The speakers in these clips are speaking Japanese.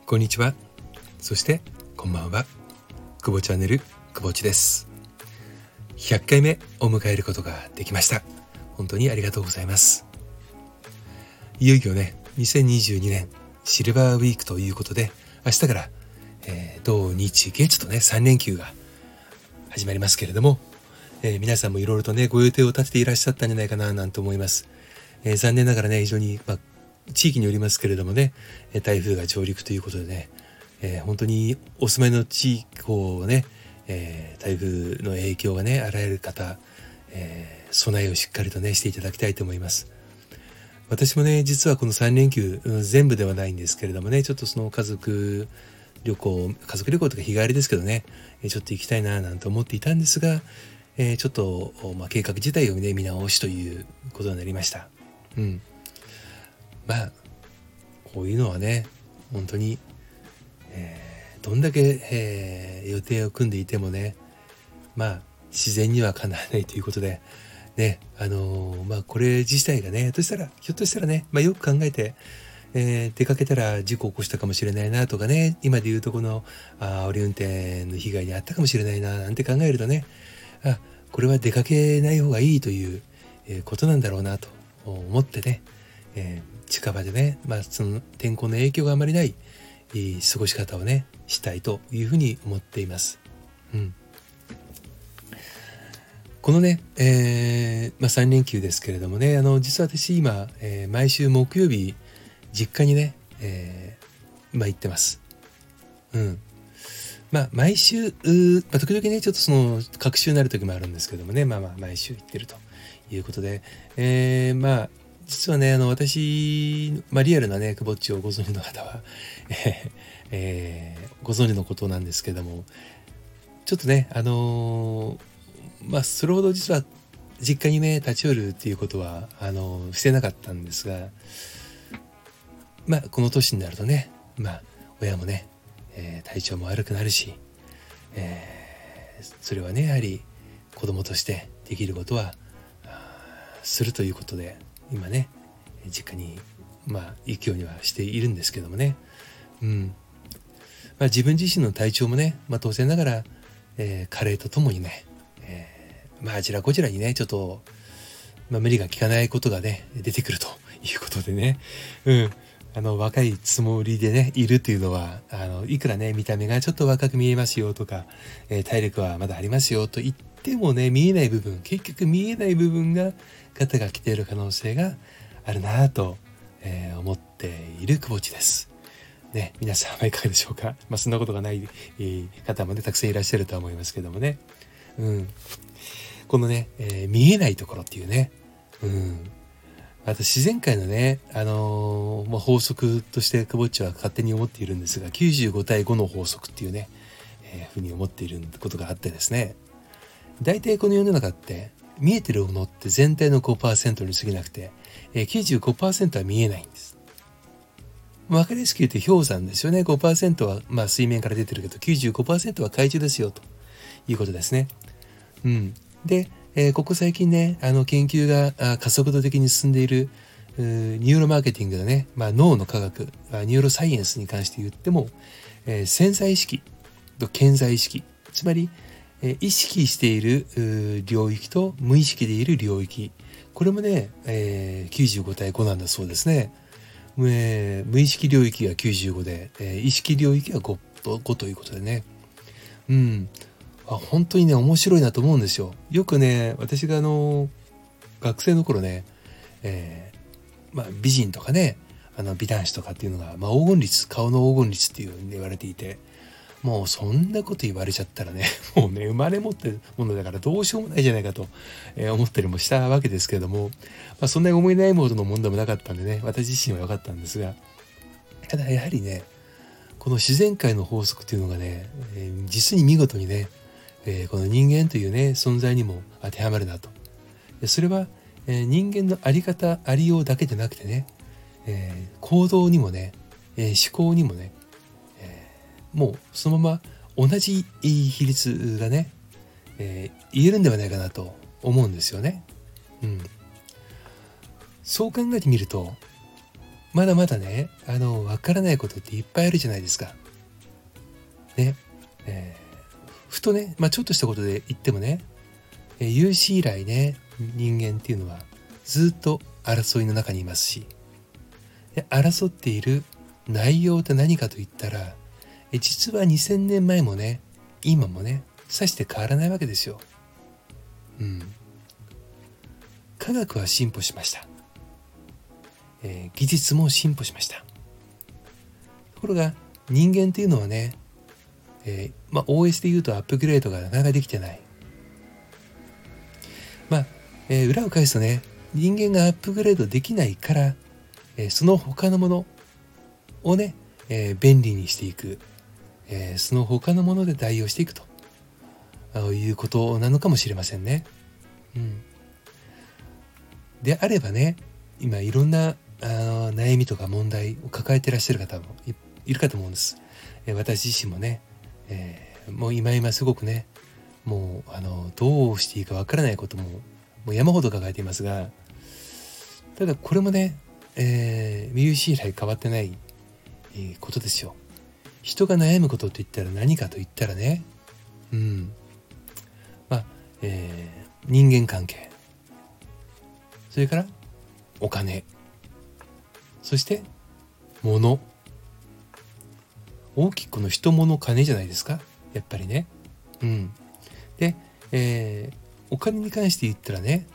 こんにちは。そしてこんばんは。久保チャンネル久保地です。100回目を迎えることができました。本当にありがとうございます。いよいよね、2022年シルバーウィークということで、明日から、土日月とね3連休が始まりますけれども、皆さんもいろいろとねご予定を立てていらっしゃったんじゃないかななんて思います。残念ながらね非常に、地域によりますけれどもね、台風が上陸ということでね、本当にお住まいの地域をね、台風の影響がねあらゆる方、備えをしっかりとねしていただきたいと思います。私もね実はこの3連休、全部ではないんですけれどもね、ちょっとその家族旅行とか日帰りですけどね、ちょっと行きたいななんて思っていたんですが、ちょっと、計画自体をね見直しということになりました。こういうのはね本当に、どんだけ、予定を組んでいてもね自然にはかなわないということでね、これ自体がねひょっとしたらね、よく考えて、出かけたら事故を起こしたかもしれないなとかね、今でいうとこの煽り運転の被害に遭ったかもしれないななんて考えるとね、これは出かけない方がいいという、ことなんだろうなと思ってね、近場でね、その天候の影響があまりない、過ごし方をねしたいというふうに思っています。このね、3連休ですけれどもね、実は私今、毎週木曜日実家にね、行ってます。毎週時々ねちょっとその隔週になる時もあるんですけどもね、毎週行ってるということで、実はね私、リアルなね久保っちをご存知の方は、ご存知のことなんですけども、ちょっとねそれほど実は実家にね立ち寄るっていうことはしてなかったんですが、この年になるとね親もね、体調も悪くなるし、それはねやはり子供としてできることはするということで今ね実家に行くようにはしているんですけどもね、自分自身の体調もね、当然ながら、加齢とともにね、あちらこちらにねちょっと、無理が効かないことがね出てくるということでね、若いつもりでねいるというのは、いくらね見た目がちょっと若く見えますよとか、体力はまだありますよと言ってもね、結局見えない部分が肩が来ている可能性があるなと、思っている久保地ですね。皆さんはいかがでしょうか。そんなことがない、方もねたくさんいらっしゃるとは思いますけどもね、このね、見えないところっていうね、自然界のね、法則として久保っちは勝手に思っているんですが、95対5の法則っていうね、ふうに思っていることがあってですね、大体この世の中って見えてるものって全体の 5% に過ぎなくて、95% は見えないんです。分かりやすく言うと氷山ですよね。5% は水面から出てるけど 95% は海中ですよということですね。で、ここ最近ね研究が加速度的に進んでいるニューロマーケティングだね、脳の科学ニューロサイエンスに関して言っても、潜在意識と顕在意識、つまり、意識している領域と無意識でいる領域、これもね、95対5なんだそうですね。無意識領域が95で、意識領域が5ということでね、本当にね面白いなと思うんですよ。よくね私が学生の頃ね、美人とかね美男子とかっていうのが、黄金率、顔の黄金率っていう風に言われていて、もうそんなこと言われちゃったらねもうね生まれ持ってるものだからどうしようもないじゃないかと、思ったりもしたわけですけれども、そんな思いないほどのもんでもなかったんでね、私自身は良かったんですが、ただやはりねこの自然界の法則っていうのがね、実に見事にね、この人間というね存在にも当てはまるなと。それは、人間のあり方ありようだけでなくてね、行動にもね、思考にもね、もうそのまま同じ比率がね、言えるんではないかなと思うんですよね。そう考えてみるとまだまだねわからないことっていっぱいあるじゃないですかね。ふとね、ちょっとしたことで言ってもね、有史以来ね、人間っていうのはずっと争いの中にいますし、で争っている内容って何かといったら、実は2000年前もね、今もね、さして変わらないわけですよ。科学は進歩しました。技術も進歩しました。ところが人間っていうのはね、OS で言うとアップグレードがなかなかできてない。裏を返すとね、人間がアップグレードできないから、その他のものをね、便利にしていく、その他のもので代用していくということなのかもしれませんね。であればね、今いろんな悩みとか問題を抱えていらっしゃる方も いるかと思うんです。私自身もね、もう今すごくね、もうどうしていいかわからないこともう山ほど抱えていますが、ただこれもね、有史以来変わってない、ことですよ。人が悩むことといったら何かといったらね、人間関係、それからお金、そして物、大きくこの人物金じゃないですか、やっぱりね。で、お金に関して言ったらね、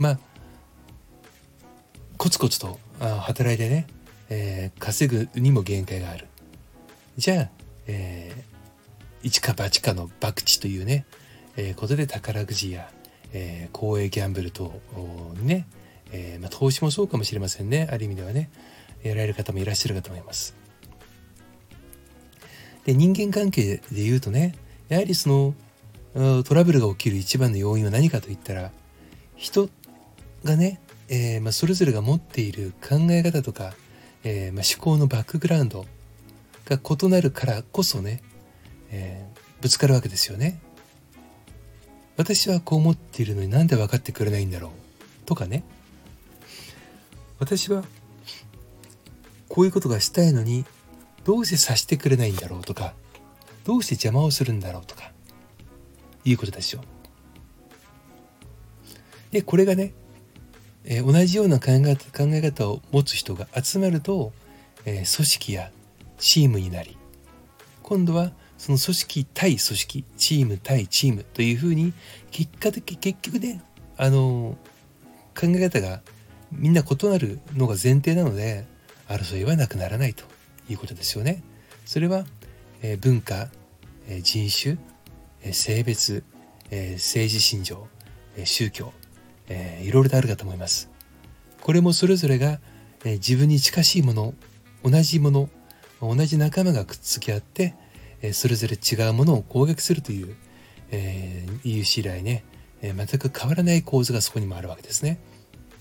コツコツと働いてね、稼ぐにも限界がある。じゃあ、一か八かの博打というね、ことで宝くじや、公営ギャンブル等にね、投資もそうかもしれませんね。ある意味ではね、やられる方もいらっしゃるかと思います。で、人間関係で言うとね、やはりそのトラブルが起きる一番の要因は何かといったら、人がね、それぞれが持っている考え方とか、思考のバックグラウンドが異なるからこそね、ぶつかるわけですよね。私はこう思っているのになんで分かってくれないんだろうとかね、私はこういうことがしたいのにどうしてさせてくれないんだろうとか、どうして邪魔をするんだろうとかいうことですよ。でこれがね、同じような考え方を持つ人が集まると、組織やチームになり、今度はその組織対組織、チーム対チームというふうに結局ね、考え方がみんな異なるのが前提なので、争いはなくならないということですよね。それは、文化、人種、性別、政治信条、宗教、いろいろとあるかと思います。これもそれぞれが、自分に近しいもの、同じもの、同じ仲間がくっつき合って、それぞれ違うものを攻撃するという、有史以来ね、全く変わらない構図がそこにもあるわけですね。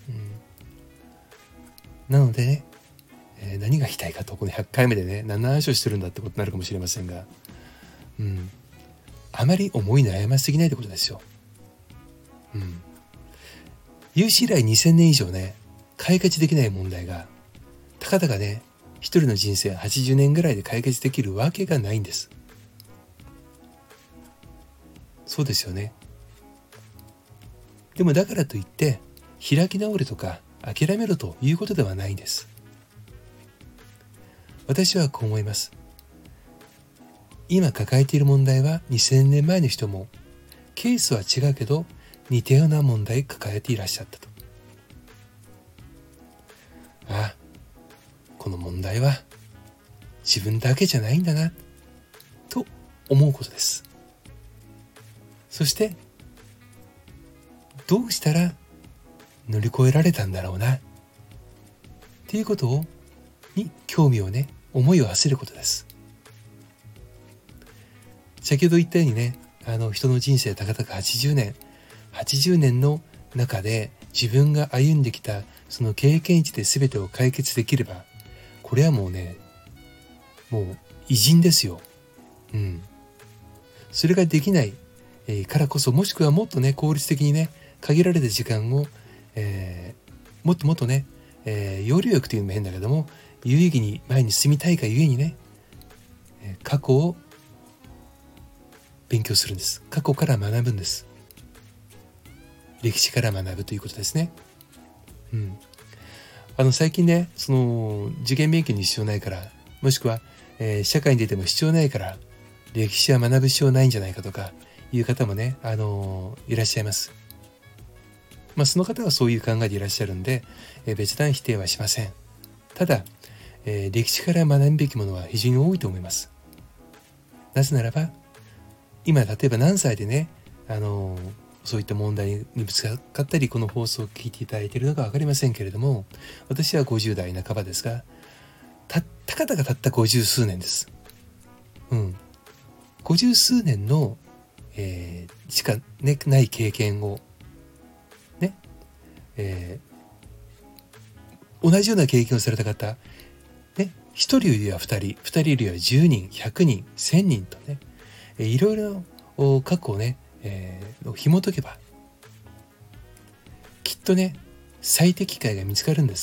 なのでね、何が言いたいかと、この100回目でね、何の話をしてるんだってことになるかもしれませんが、あまり思い悩ますぎないってことですよ。有史以来2000年以上ね、解決できない問題がたかだかね、一人の人生80年ぐらいで解決できるわけがないんです。そうですよね。でもだからといって開き直るとか諦めろということではないんです。私はこう思います。今抱えている問題は2000年前の人もケースは違うけど似たような問題抱えていらっしゃったと。この問題は自分だけじゃないんだなと思うことです。そしてどうしたら乗り越えられたんだろうなっていうことに興味をね、思いを馳せることです。先ほど言ったようにね、人の人生たかだか80年の中で自分が歩んできたその経験値で全てを解決できれば、これはもうね、もう偉人ですよ。それができないからこそ、もしくはもっとね、効率的にね、限られた時間を、もっとね、 要領よくというのも変だけども、有意義に前に進みたいがゆえにね、過去を勉強するんです。過去から学ぶんです。歴史から学ぶということですね。最近ね、その受験勉強に必要ないから、もしくは、社会に出ても必要ないから歴史は学ぶ必要ないんじゃないかとかいう方もね、いらっしゃいます。その方はそういう考えでいらっしゃるんで、別段否定はしません。ただ、歴史から学ぶべきものは非常に多いと思います。なぜならば、今例えば何歳でね、そういった問題にぶつかったり、この放送を聞いていただいているのか分かりませんけれども、私は50代半ばですが、たかだかたった50数年です。50数年の、しか、ね、ない経験をね、同じような経験をされた方、ね、1人よりは2人、2人よりは10人、100人、1000人とね、いろいろ過去をね、紐解けばきっとね、最適解が見つかるんです。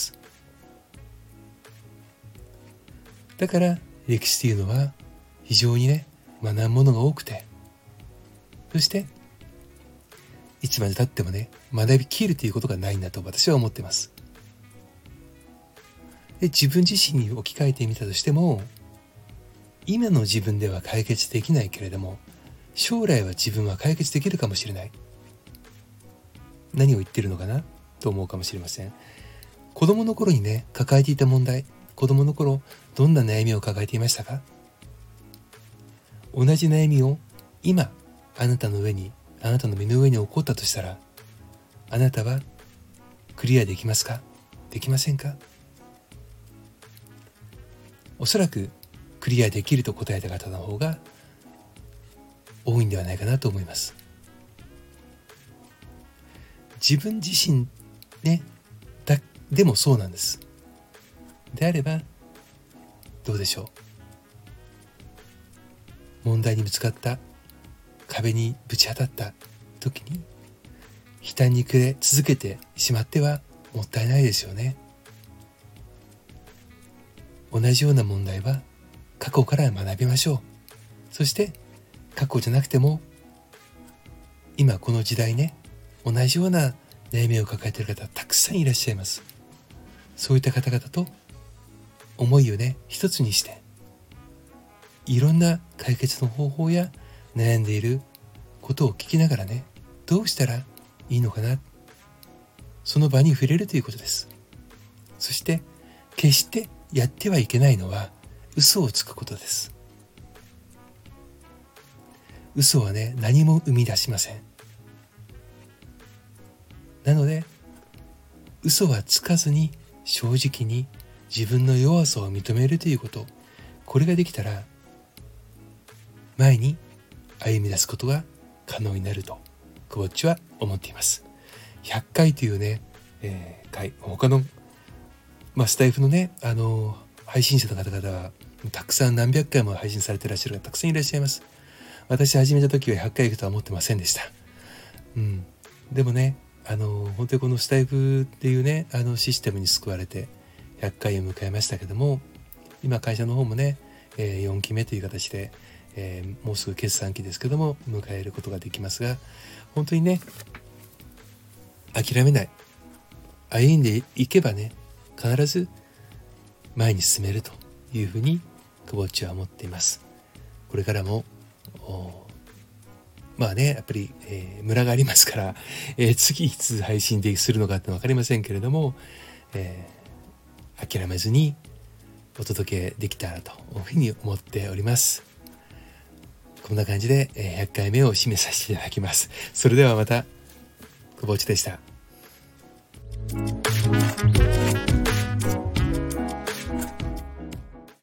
だから歴史というのは非常にね、学ぶものが多くて、そしていつまで経ってもね、学びきるということがないんだと私は思っています。で、自分自身に置き換えてみたとしても、今の自分では解決できないけれども、将来は自分は解決できるかもしれない。何を言ってるのかなと思うかもしれません。子供の頃にね、抱えていた問題、子供の頃どんな悩みを抱えていましたか？同じ悩みを今あなたの目の上に起こったとしたら、あなたはクリアできますか？できませんか？おそらくクリアできると答えた方の方が多いんではないかなと思います。自分自身ね、でもそうなんです。であればどうでしょう。問題にぶつかった、壁にぶち当たった時に悲嘆に暮れ続けてしまってはもったいないですよね。同じような問題は過去から学びましょう。そして過去じゃなくても今この時代ね、同じような悩みを抱えている方たくさんいらっしゃいます。そういった方々と思いをね、一つにして、いろんな解決の方法や悩んでいることを聞きながらね、どうしたらいいのかな、その場に触れるということです。そして決してやってはいけないのは嘘をつくことです。嘘はね、何も生み出しません。なので嘘はつかずに正直に自分の弱さを認めるということ、これができたら前に歩み出すことが可能になるとくぼっちは思っています。100回というね、回、他の、スタイフのね、配信者の方々はたくさん何百回も配信されていらっしゃる方たくさんいらっしゃいます。私始めた時は100回行くとは思ってませんでした。でもね、本当にこのスタイフっていうね、システムに救われて100回を迎えましたけども、今会社の方もね、4期目という形で、もうすぐ決算期ですけども迎えることができますが、本当にね、諦めない、歩んでいけばね、必ず前に進めるというふうにくぼっちは思っています。これからもやっぱり、ムラがありますから、次いつ配信でするのかって分かりませんけれども、諦めずにお届けできたらというふうに思っております。こんな感じで100回目を締めさせていただきます。それではまた、くぼっちでした。